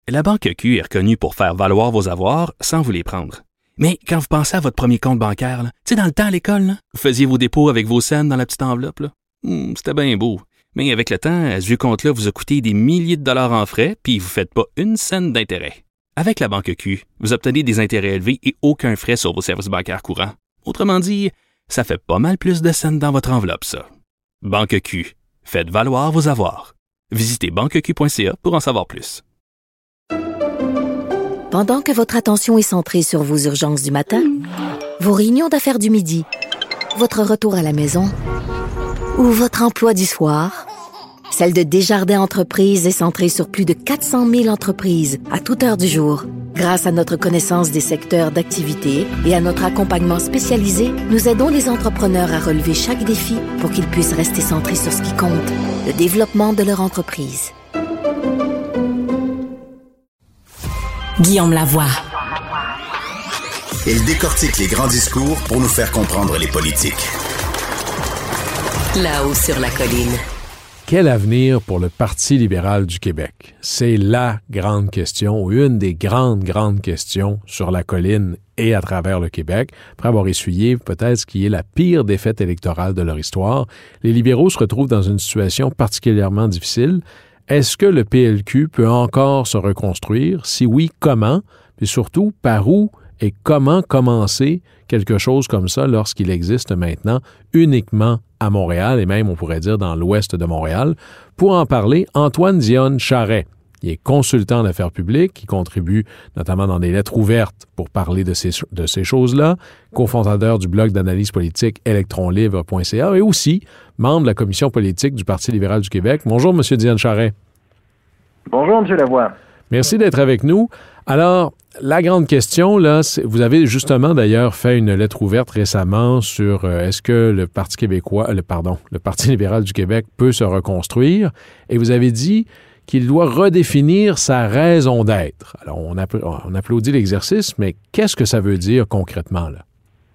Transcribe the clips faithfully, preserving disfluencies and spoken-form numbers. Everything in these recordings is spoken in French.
La Banque Q est reconnue pour faire valoir vos avoirs sans vous les prendre. Mais quand vous pensez à votre premier compte bancaire, tu sais, dans le temps à l'école, là, vous faisiez vos dépôts avec vos scènes dans la petite enveloppe. Là. Hum, c'était bien beau. Mais avec le temps, ce vieux compte-là vous a coûté des milliers de dollars en frais, puis vous ne faites pas une scène d'intérêt. Avec la Banque Q, vous obtenez des intérêts élevés et aucun frais sur vos services bancaires courants. Autrement dit, ça fait pas mal plus de scènes dans votre enveloppe, ça. Banque Q. Faites valoir vos avoirs. Visitez banque q point c a pour en savoir plus. Pendant que votre attention est centrée sur vos urgences du matin, vos réunions d'affaires du midi, votre retour à la maison ou votre emploi du soir, celle de Desjardins Entreprises est centrée sur plus de quatre cent mille entreprises à toute heure du jour. Grâce à notre connaissance des secteurs d'activité et à notre accompagnement spécialisé, nous aidons les entrepreneurs à relever chaque défi pour qu'ils puissent rester centrés sur ce qui compte, le développement de leur entreprise. Guillaume Lavoie. Il décortique les grands discours pour nous faire comprendre les politiques. Là-haut sur la colline. Quel avenir pour le Parti libéral du Québec? C'est la grande question, ou une des grandes, grandes questions sur la colline et à travers le Québec. Après avoir essuyé peut-être ce qui est la pire défaite électorale de leur histoire, les libéraux se retrouvent dans une situation particulièrement difficile. Est-ce que le P L Q peut encore se reconstruire? Si oui, comment? Puis surtout, par où et comment commencer quelque chose comme ça lorsqu'il existe maintenant uniquement à Montréal et même, on pourrait dire, dans l'ouest de Montréal? Pour en parler, Antoine Dionne-Charest, qui est consultant en affaires publiques, qui contribue notamment dans des lettres ouvertes pour parler de ces, de ces choses-là, cofondateur du blog d'analyse politique électronlivre point c a et aussi membre de la commission politique du Parti libéral du Québec. Bonjour, M. Dionne-Charest. Bonjour, M. Lavoie. Merci d'être avec nous. Alors, la grande question, là, c'est, vous avez justement d'ailleurs fait une lettre ouverte récemment sur euh, est-ce que le Parti québécois, le pardon, le Parti libéral du Québec peut se reconstruire, et vous avez dit qu'il doit redéfinir sa raison d'être. Alors, on, app- on applaudit l'exercice, mais qu'est-ce que ça veut dire concrètement, là?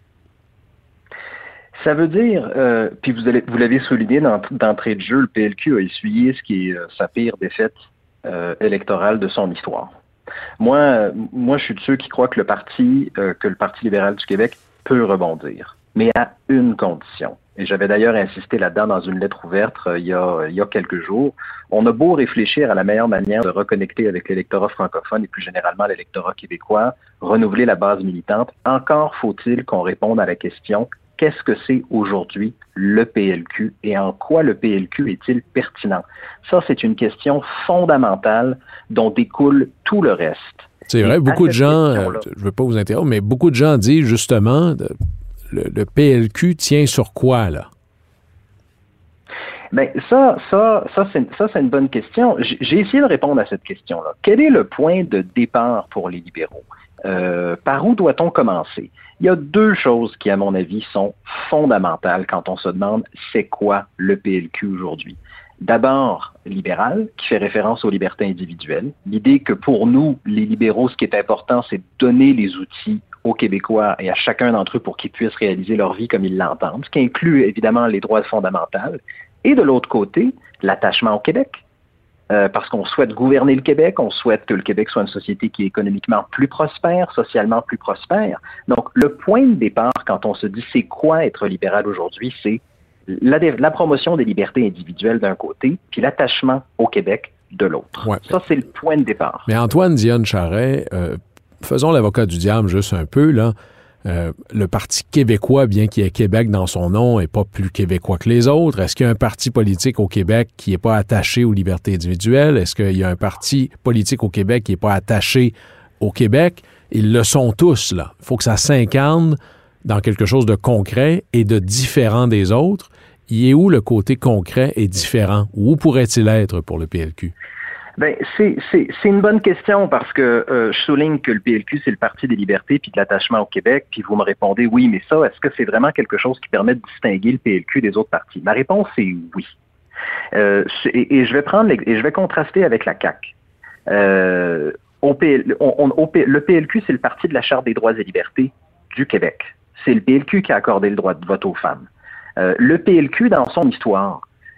Ça veut dire, euh, puis vous, allez, vous l'avez souligné d'entrée de jeu, le P L Q a essuyé ce qui est euh, sa pire défaite euh, électorale de son histoire. Moi, moi, je suis de ceux qui croient que le parti, euh, que le Parti libéral du Québec peut rebondir, mais à une condition. Et j'avais d'ailleurs insisté là-dedans dans une lettre ouverte euh, il y a, il y a quelques jours. On a beau réfléchir à la meilleure manière de reconnecter avec l'électorat francophone et plus généralement l'électorat québécois, renouveler la base militante, encore faut-il qu'on réponde à la question: qu'est-ce que c'est aujourd'hui le P L Q et en quoi le P L Q est-il pertinent? Ça, c'est une question fondamentale dont découle tout le reste. C'est vrai, et beaucoup de gens, euh, je ne veux pas vous interrompre, mais beaucoup de gens disent justement, de, le, le P L Q tient sur quoi, là? Bien, ça, ça, ça, c'est, ça, c'est une bonne question. J'ai essayé de répondre à cette question-là. Quel est le point de départ pour les libéraux? Euh, par où doit-on commencer? Il y a deux choses qui, à mon avis, sont fondamentales quand on se demande c'est quoi le P L Q aujourd'hui. D'abord, libéral, qui fait référence aux libertés individuelles. L'idée que pour nous, les libéraux, ce qui est important, c'est de donner les outils aux Québécois et à chacun d'entre eux pour qu'ils puissent réaliser leur vie comme ils l'entendent, ce qui inclut évidemment les droits fondamentaux. Et de l'autre côté, l'attachement au Québec. Euh, parce qu'on souhaite gouverner le Québec, on souhaite que le Québec soit une société qui est économiquement plus prospère, socialement plus prospère. Donc, le point de départ, quand on se dit c'est quoi être libéral aujourd'hui, c'est la, la promotion des libertés individuelles d'un côté, puis l'attachement au Québec de l'autre. Ouais. Ça, c'est le point de départ. Mais Antoine Dionne-Charest, euh, faisons l'avocat du diable juste un peu, là. Euh, le Parti québécois, bien qu'il y ait Québec dans son nom, n'est pas plus québécois que les autres. Est-ce qu'il y a un parti politique au Québec qui n'est pas attaché aux libertés individuelles? Est-ce qu'il y a un parti politique au Québec qui n'est pas attaché au Québec? Ils le sont tous, là. Il faut que ça s'incarne dans quelque chose de concret et de différent des autres. Il est où le côté concret et différent? Où pourrait-il être pour le P L Q? Ben, c'est, c'est, c'est une bonne question parce que euh, je souligne que le P L Q, c'est le Parti des libertés puis de l'attachement au Québec, puis vous me répondez oui, mais ça, est-ce que c'est vraiment quelque chose qui permet de distinguer le P L Q des autres partis? Ma réponse est oui. Euh, et, et je vais prendre et je vais contraster avec la C A Q. Euh, au P L, on, on, au P, le P L Q, c'est le Parti de la Charte des droits et libertés du Québec. C'est le P L Q qui a accordé le droit de vote aux femmes. Euh, le P L Q, dans son histoire,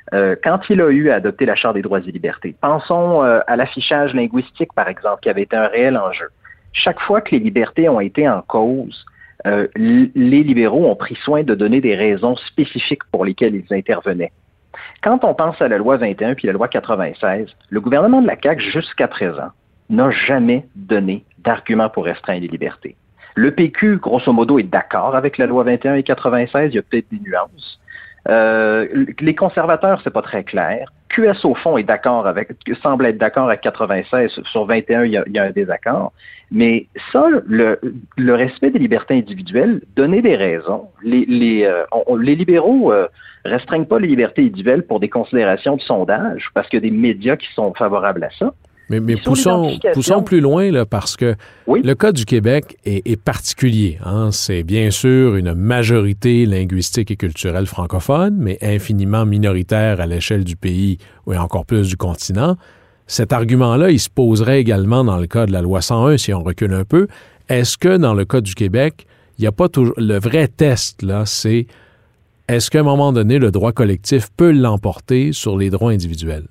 euh, quand il a eu à adopter la Charte des droits et libertés. Pensons euh, à l'affichage linguistique, par exemple, qui avait été un réel enjeu. Chaque fois que les libertés ont été en cause, euh, les libéraux ont pris soin de donner des raisons spécifiques pour lesquelles ils intervenaient. Quand on pense à la loi vingt et un puis la loi quatre-vingt-seize, le gouvernement de la C A Q, jusqu'à présent, n'a jamais donné d'argument pour restreindre les libertés. Le P Q, grosso modo, est d'accord avec la loi vingt et un et quatre-vingt-seize, il y a peut-être des nuances. Euh, les conservateurs, c'est pas très clair. Q S, au fond, est d'accord avec, semble être d'accord avec quatre-vingt-seize. Sur vingt et un, il y a, il y a un désaccord. Mais ça, le, le respect des libertés individuelles, donner des raisons. Les, les, euh, on, les libéraux euh, restreignent pas les libertés individuelles pour des considérations de sondage, parce qu'il y a des médias qui sont favorables à ça. Mais, mais poussons, poussons plus loin, là, parce que oui. le cas du Québec est, est particulier. Hein? C'est bien sûr une majorité linguistique et culturelle francophone, mais infiniment minoritaire à l'échelle du pays ou encore plus du continent. Cet argument-là, il se poserait également dans le cas de la loi cent un, si on recule un peu. Est-ce que dans le cas du Québec, il n'y a pas toujours... Le vrai test, là, c'est est-ce qu'à un moment donné, le droit collectif peut l'emporter sur les droits individuels?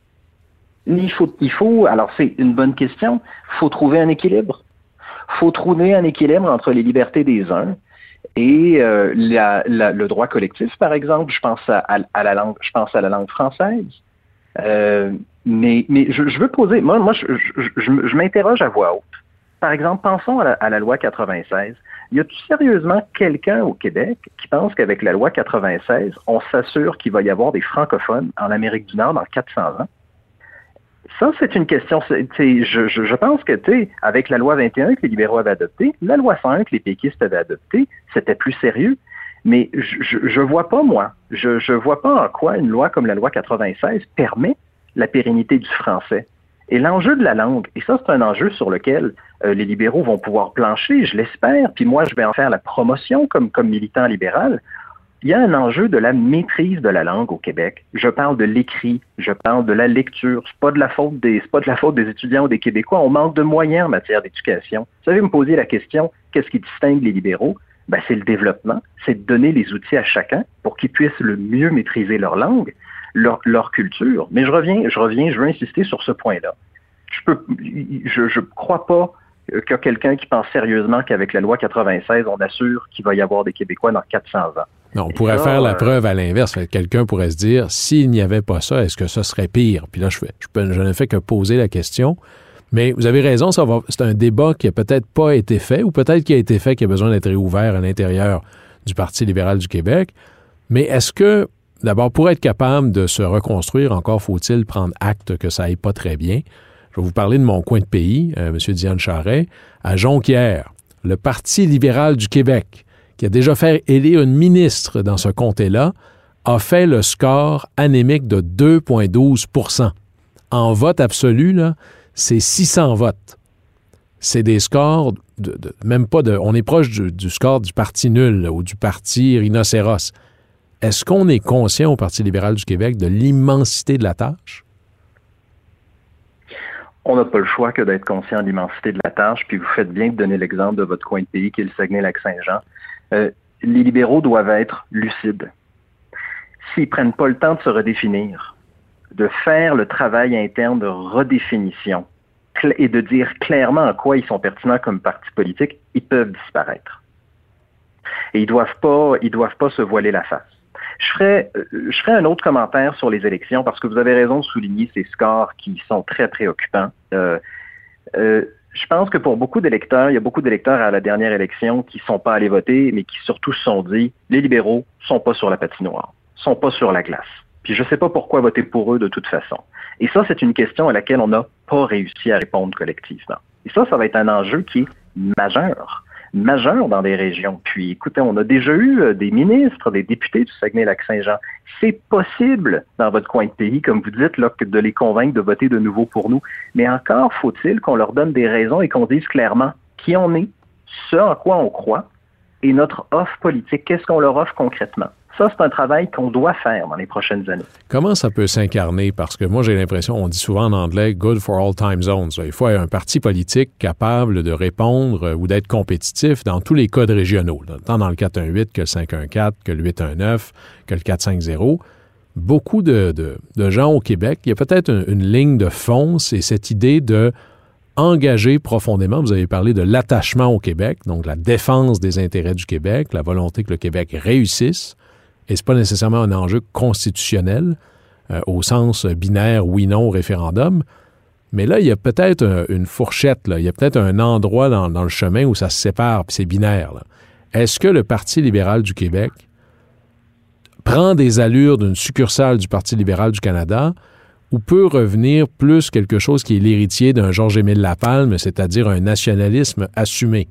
Il faut, il faut, alors c'est une bonne question, il faut trouver un équilibre. Il faut trouver un équilibre entre les libertés des uns et euh, la, la, le droit collectif, par exemple. Je pense à, à, à la langue, je pense à la langue française. Euh, mais mais je, je veux poser, moi, moi je, je, je, je m'interroge à voix haute. Par exemple, pensons à la, à la loi quatre-vingt-seize. Y a-t-il sérieusement quelqu'un au Québec qui pense qu'avec la loi quatre-vingt-seize, on s'assure qu'il va y avoir des francophones en Amérique du Nord dans quatre cents ans? Ça, c'est une question. C'est, je, je, je pense que, tu sais, avec la loi vingt et un que les libéraux avaient adoptée, la loi cent un que les péquistes avaient adoptée, c'était plus sérieux. Mais je, je, je vois pas, moi, je, je vois pas en quoi une loi comme la loi quatre-vingt-seize permet la pérennité du français. Et l'enjeu de la langue, et ça, c'est un enjeu sur lequel euh, les libéraux vont pouvoir plancher, je l'espère, puis moi, je vais en faire la promotion comme, comme militant libéral. Il y a un enjeu de la maîtrise de la langue au Québec. Je parle de l'écrit, je parle de la lecture. C'est pas de la faute des, c'est pas de la faute des étudiants ou des Québécois. On manque de moyens en matière d'éducation. Vous savez me poser la question, qu'est-ce qui distingue les libéraux? Ben, c'est le développement, c'est de donner les outils à chacun pour qu'ils puissent le mieux maîtriser leur langue, leur, leur culture. Mais je reviens, je reviens, je veux insister sur ce point-là. Je peux, je, je crois pas qu'il y a quelqu'un qui pense sérieusement qu'avec la loi quatre-vingt-seize, on assure qu'il va y avoir des Québécois dans quatre cents ans. Non, on pourrait ça, faire la euh... preuve à l'inverse. Quelqu'un pourrait se dire, s'il n'y avait pas ça, est-ce que ça serait pire? Puis là, je, fais, je, peux, je n'ai fait que poser la question. Mais vous avez raison, ça va, c'est un débat qui n'a peut-être pas été fait, ou peut-être qui a été fait, qui a besoin d'être réouvert à l'intérieur du Parti libéral du Québec. Mais est-ce que, d'abord, pour être capable de se reconstruire, encore faut-il prendre acte que ça n'aille pas très bien? Je vais vous parler de mon coin de pays, euh, M. Diane Charest, à Jonquière, le Parti libéral du Québec, qui a déjà fait élire une ministre dans ce comté-là, a fait le score anémique de deux virgule douze pour cent. En vote absolu, là, c'est six cents votes. C'est des scores, de, de, même pas de... On est proche du, du score du parti nul là, ou du parti rhinocéros. Est-ce qu'on est conscient au Parti libéral du Québec de l'immensité de la tâche? On n'a pas le choix que d'être conscient de l'immensité de la tâche, puis vous faites bien de donner l'exemple de votre coin de pays qui est le Saguenay-Lac-Saint-Jean. Euh, les libéraux doivent être lucides. S'ils ne prennent pas le temps de se redéfinir, de faire le travail interne de redéfinition cl- et de dire clairement en quoi ils sont pertinents comme parti politique, ils peuvent disparaître. Et ils doivent pas, ils doivent pas se voiler la face. Je ferai, je ferai un autre commentaire sur les élections parce que vous avez raison de souligner ces scores qui sont très préoccupants. Euh, euh, je pense que pour beaucoup d'électeurs, il y a beaucoup d'électeurs à la dernière élection qui ne sont pas allés voter, mais qui surtout se sont dit, les libéraux sont pas sur la patinoire, sont pas sur la glace. Puis je ne sais pas pourquoi voter pour eux de toute façon. Et ça, c'est une question à laquelle on n'a pas réussi à répondre collectivement. Et ça, ça va être un enjeu qui est majeur. majeur dans des régions. Puis, écoutez, on a déjà eu des ministres, des députés du Saguenay-Lac-Saint-Jean. C'est possible dans votre coin de pays, comme vous dites, là, de les convaincre de voter de nouveau pour nous. Mais encore faut-il qu'on leur donne des raisons et qu'on dise clairement qui on est, ce en quoi on croit, et notre offre politique. Qu'est-ce qu'on leur offre concrètement? Ça, c'est un travail qu'on doit faire dans les prochaines années. Comment ça peut s'incarner? Parce que moi, j'ai l'impression, on dit souvent en anglais « good for all time zones ». Il faut un parti politique capable de répondre ou d'être compétitif dans tous les codes régionaux, tant dans le quatre un huit que le cinq un quatre, que le huit un neuf, que le quatre cinq zéro. beaucoup de, de, de gens au Québec, il y a peut-être une, une ligne de fond, c'est cette idée de engager profondément, vous avez parlé de l'attachement au Québec, donc la défense des intérêts du Québec, la volonté que le Québec réussisse, et c'est pas nécessairement un enjeu constitutionnel, euh, au sens binaire oui-non au référendum, mais là, il y a peut-être un, une fourchette, là. Il y a peut-être un endroit dans, dans le chemin où ça se sépare, puis c'est binaire, là. Est-ce que le Parti libéral du Québec prend des allures d'une succursale du Parti libéral du Canada ou peut revenir plus quelque chose qui est l'héritier d'un Georges-Émile Lapalme, c'est-à-dire un nationalisme assumé?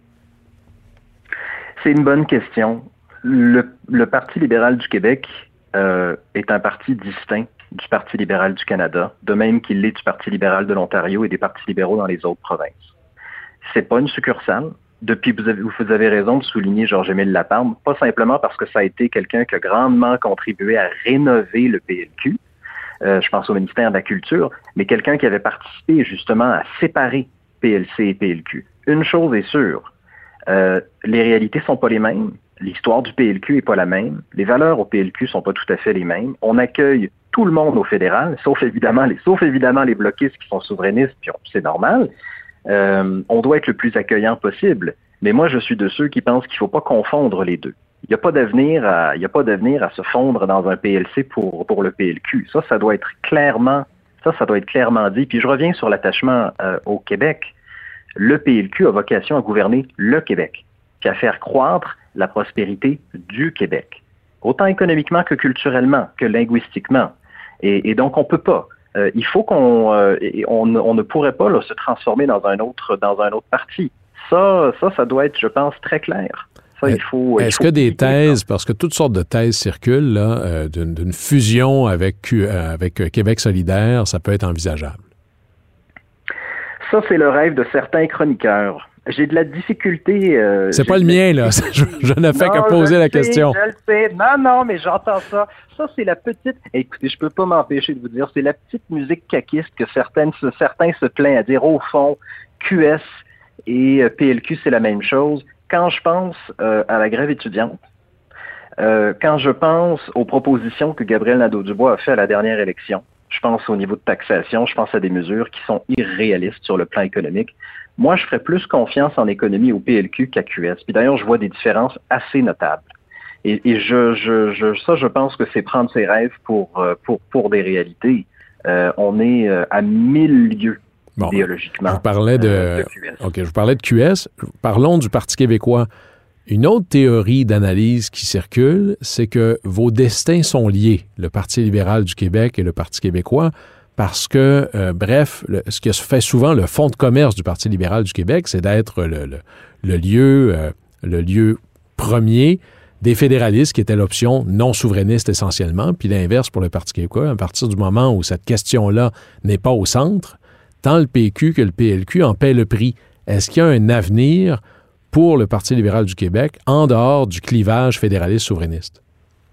C'est une bonne question. Le, le Parti libéral du Québec euh, est un parti distinct du Parti libéral du Canada, de même qu'il l'est du Parti libéral de l'Ontario et des partis libéraux dans les autres provinces. C'est pas une succursale. Depuis, vous avez, vous avez raison de souligner Georges-Émile Lapalme, pas simplement parce que ça a été quelqu'un qui a grandement contribué à rénover le P L Q, euh, je pense au ministère de la Culture, mais quelqu'un qui avait participé justement à séparer P L C et P L Q. Une chose est sûre, euh, les réalités sont pas les mêmes, l'histoire du P L Q est pas la même, les valeurs au P L Q sont pas tout à fait les mêmes, on accueille tout le monde au fédéral, sauf évidemment les, sauf évidemment les bloquistes qui sont souverainistes, puis c'est normal. Euh, on doit être le plus accueillant possible. Mais moi, je suis de ceux qui pensent qu'il ne faut pas confondre les deux. Il n'y a pas d'avenir à, il n'y a pas d'avenir à se fondre dans un P L C pour, pour le P L Q. Ça, ça doit être clairement, ça, ça doit être clairement dit. Puis je reviens sur l'attachement euh, au Québec. Le P L Q a vocation à gouverner le Québec, puis à faire croître la prospérité du Québec, autant économiquement que culturellement, que linguistiquement. Et, et donc, on peut pas. Euh, il faut qu'on, euh, on, on ne pourrait pas là, se transformer dans un autre, dans un autre parti. Ça, ça, ça doit être, je pense, très clair. Ça, il faut. Est-ce il faut que des thèses, parce que toutes sortes de thèses circulent là, euh, d'une, d'une fusion avec euh, avec Québec solidaire, ça peut être envisageable? Ça, c'est le rêve de certains chroniqueurs. J'ai de la difficulté. Euh, c'est pas le mien, là. Je, je ne fais non, que poser la sais, question. Je le sais. Non, non, mais j'entends ça. Ça, c'est la petite. Écoutez, je peux pas m'empêcher de vous dire, c'est la petite musique caquiste que certaines, certains se plaignent à dire. Au fond, Q S et P L Q, c'est la même chose. Quand je pense euh, à la grève étudiante, euh, quand je pense aux propositions que Gabriel Nadeau-Dubois a fait à la dernière élection, je pense au niveau de taxation, je pense à des mesures qui sont irréalistes sur le plan économique. Moi, je ferais plus confiance en économie au P L Q qu'à Q S. Puis d'ailleurs, je vois des différences assez notables. Et, et je, je, je, ça, je pense que c'est prendre ses rêves pour, pour, pour des réalités. Euh, on est à mille lieues bon, idéologiquement. Je vous parlais de, euh, de Q S. OK, je vous parlais de Q S. Parlons du Parti québécois. Une autre théorie d'analyse qui circule, c'est que vos destins sont liés, le Parti libéral du Québec et le Parti québécois, parce que, euh, bref, le, ce qui se fait souvent, le fonds de commerce du Parti libéral du Québec, c'est d'être le, le, le, lieu, euh, le lieu premier des fédéralistes, qui était l'option non souverainiste essentiellement, puis l'inverse pour le Parti québécois. À partir du moment où cette question-là n'est pas au centre, tant le P Q que le P L Q en paient le prix. Est-ce qu'il y a un avenir pour le Parti libéral du Québec en dehors du clivage fédéraliste-souverainiste?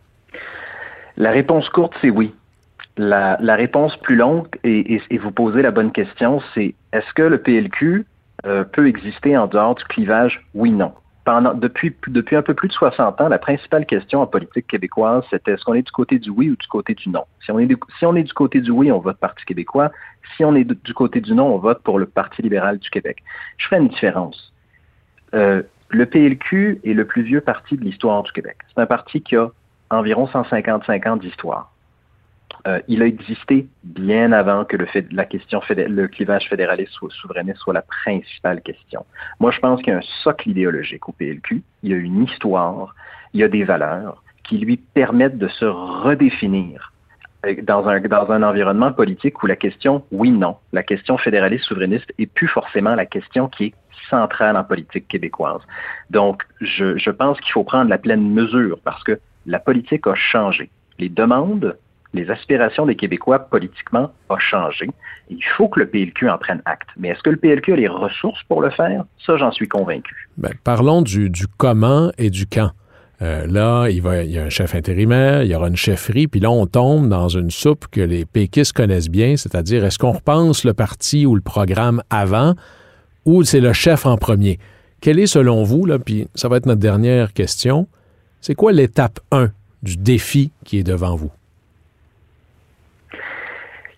La réponse courte, c'est oui. La, la réponse plus longue, et, et, et vous posez la bonne question, c'est est-ce que le P L Q euh, peut exister en dehors du clivage? Oui, non. Pendant, depuis, depuis un peu plus de soixante ans, la principale question en politique québécoise, c'était est-ce qu'on est du côté du oui ou du côté du non? Si on est du, si on est du côté du oui, on vote Parti québécois. Si on est du, du côté du non, on vote pour le Parti libéral du Québec. Je ferai une différence. Euh, le P L Q est le plus vieux parti de l'histoire du Québec. C'est un parti qui a environ cent cinquante-cinq ans d'histoire. Euh, il a existé bien avant que le, fait, la question fédé- le clivage fédéraliste ou souverainiste soit la principale question. Moi, je pense qu'il y a un socle idéologique au P L Q. Il y a une histoire, il y a des valeurs qui lui permettent de se redéfinir dans un, dans un environnement politique où la question oui-non, la question fédéraliste-souverainiste est plus forcément la question qui est centrale en politique québécoise. Donc, je, je pense qu'il faut prendre la pleine mesure parce que la politique a changé. Les demandes, les aspirations des Québécois politiquement ont changé. Il faut que le P L Q en prenne acte. Mais est-ce que le P L Q a les ressources pour le faire? Ça, j'en suis convaincu. Ben, parlons du, du comment et du quand. Euh, là, il, va, il y a un chef intérimaire, il y aura une chefferie, puis là, on tombe dans une soupe que les péquistes connaissent bien, c'est-à-dire, est-ce qu'on repense le parti ou le programme avant, ou c'est le chef en premier? Quelle est, selon vous, là, puis ça va être notre dernière question, c'est quoi l'étape un du défi qui est devant vous?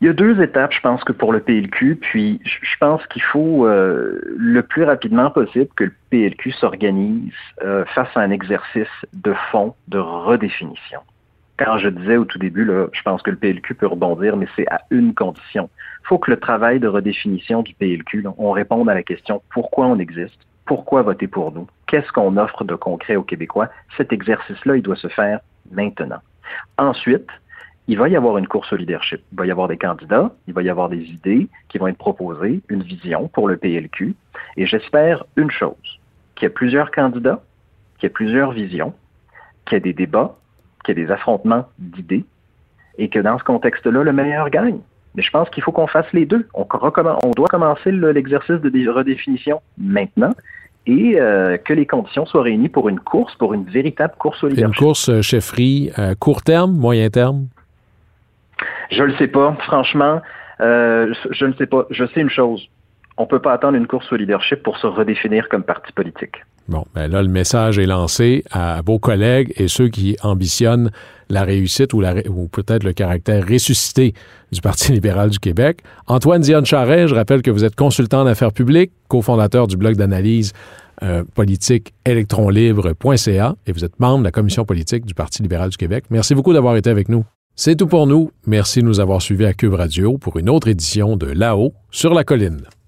Il y a deux étapes, je pense, que pour le P L Q, puis je pense qu'il faut euh, le plus rapidement possible que le P L Q s'organise euh, face à un exercice de fond, de redéfinition. Quand je disais au tout début, là, je pense que le P L Q peut rebondir, mais c'est à une condition. Il faut que le travail de redéfinition du P L Q, là, on réponde à la question pourquoi on existe, pourquoi voter pour nous, qu'est-ce qu'on offre de concret aux Québécois. Cet exercice-là, il doit se faire maintenant. Ensuite, il va y avoir une course au leadership. Il va y avoir des candidats, il va y avoir des idées qui vont être proposées, une vision pour le P L Q. Et j'espère une chose, qu'il y ait plusieurs candidats, qu'il y ait plusieurs visions, qu'il y ait des débats, qu'il y ait des affrontements d'idées, et que dans ce contexte-là, le meilleur gagne. Mais je pense qu'il faut qu'on fasse les deux. On, recommence, on doit commencer le, l'exercice de dé- redéfinition maintenant, et euh, que les conditions soient réunies pour une course, pour une véritable course au leadership. Une course euh, chefferie, euh, court terme, moyen terme? Je le sais pas, franchement, euh, je ne sais pas. Je sais une chose, on peut pas attendre une course au leadership pour se redéfinir comme parti politique. Bon, ben là, le message est lancé à vos collègues et ceux qui ambitionnent la réussite ou, la, ou peut-être le caractère ressuscité du Parti libéral du Québec. Antoine Dionne-Charest, je rappelle que vous êtes consultant en affaires publiques, cofondateur du blog d'analyse euh, politique électron libre point c a et vous êtes membre de la commission politique du Parti libéral du Québec. Merci beaucoup d'avoir été avec nous. C'est tout pour nous. Merci de nous avoir suivis à Cube Radio pour une autre édition de Là-haut sur la colline.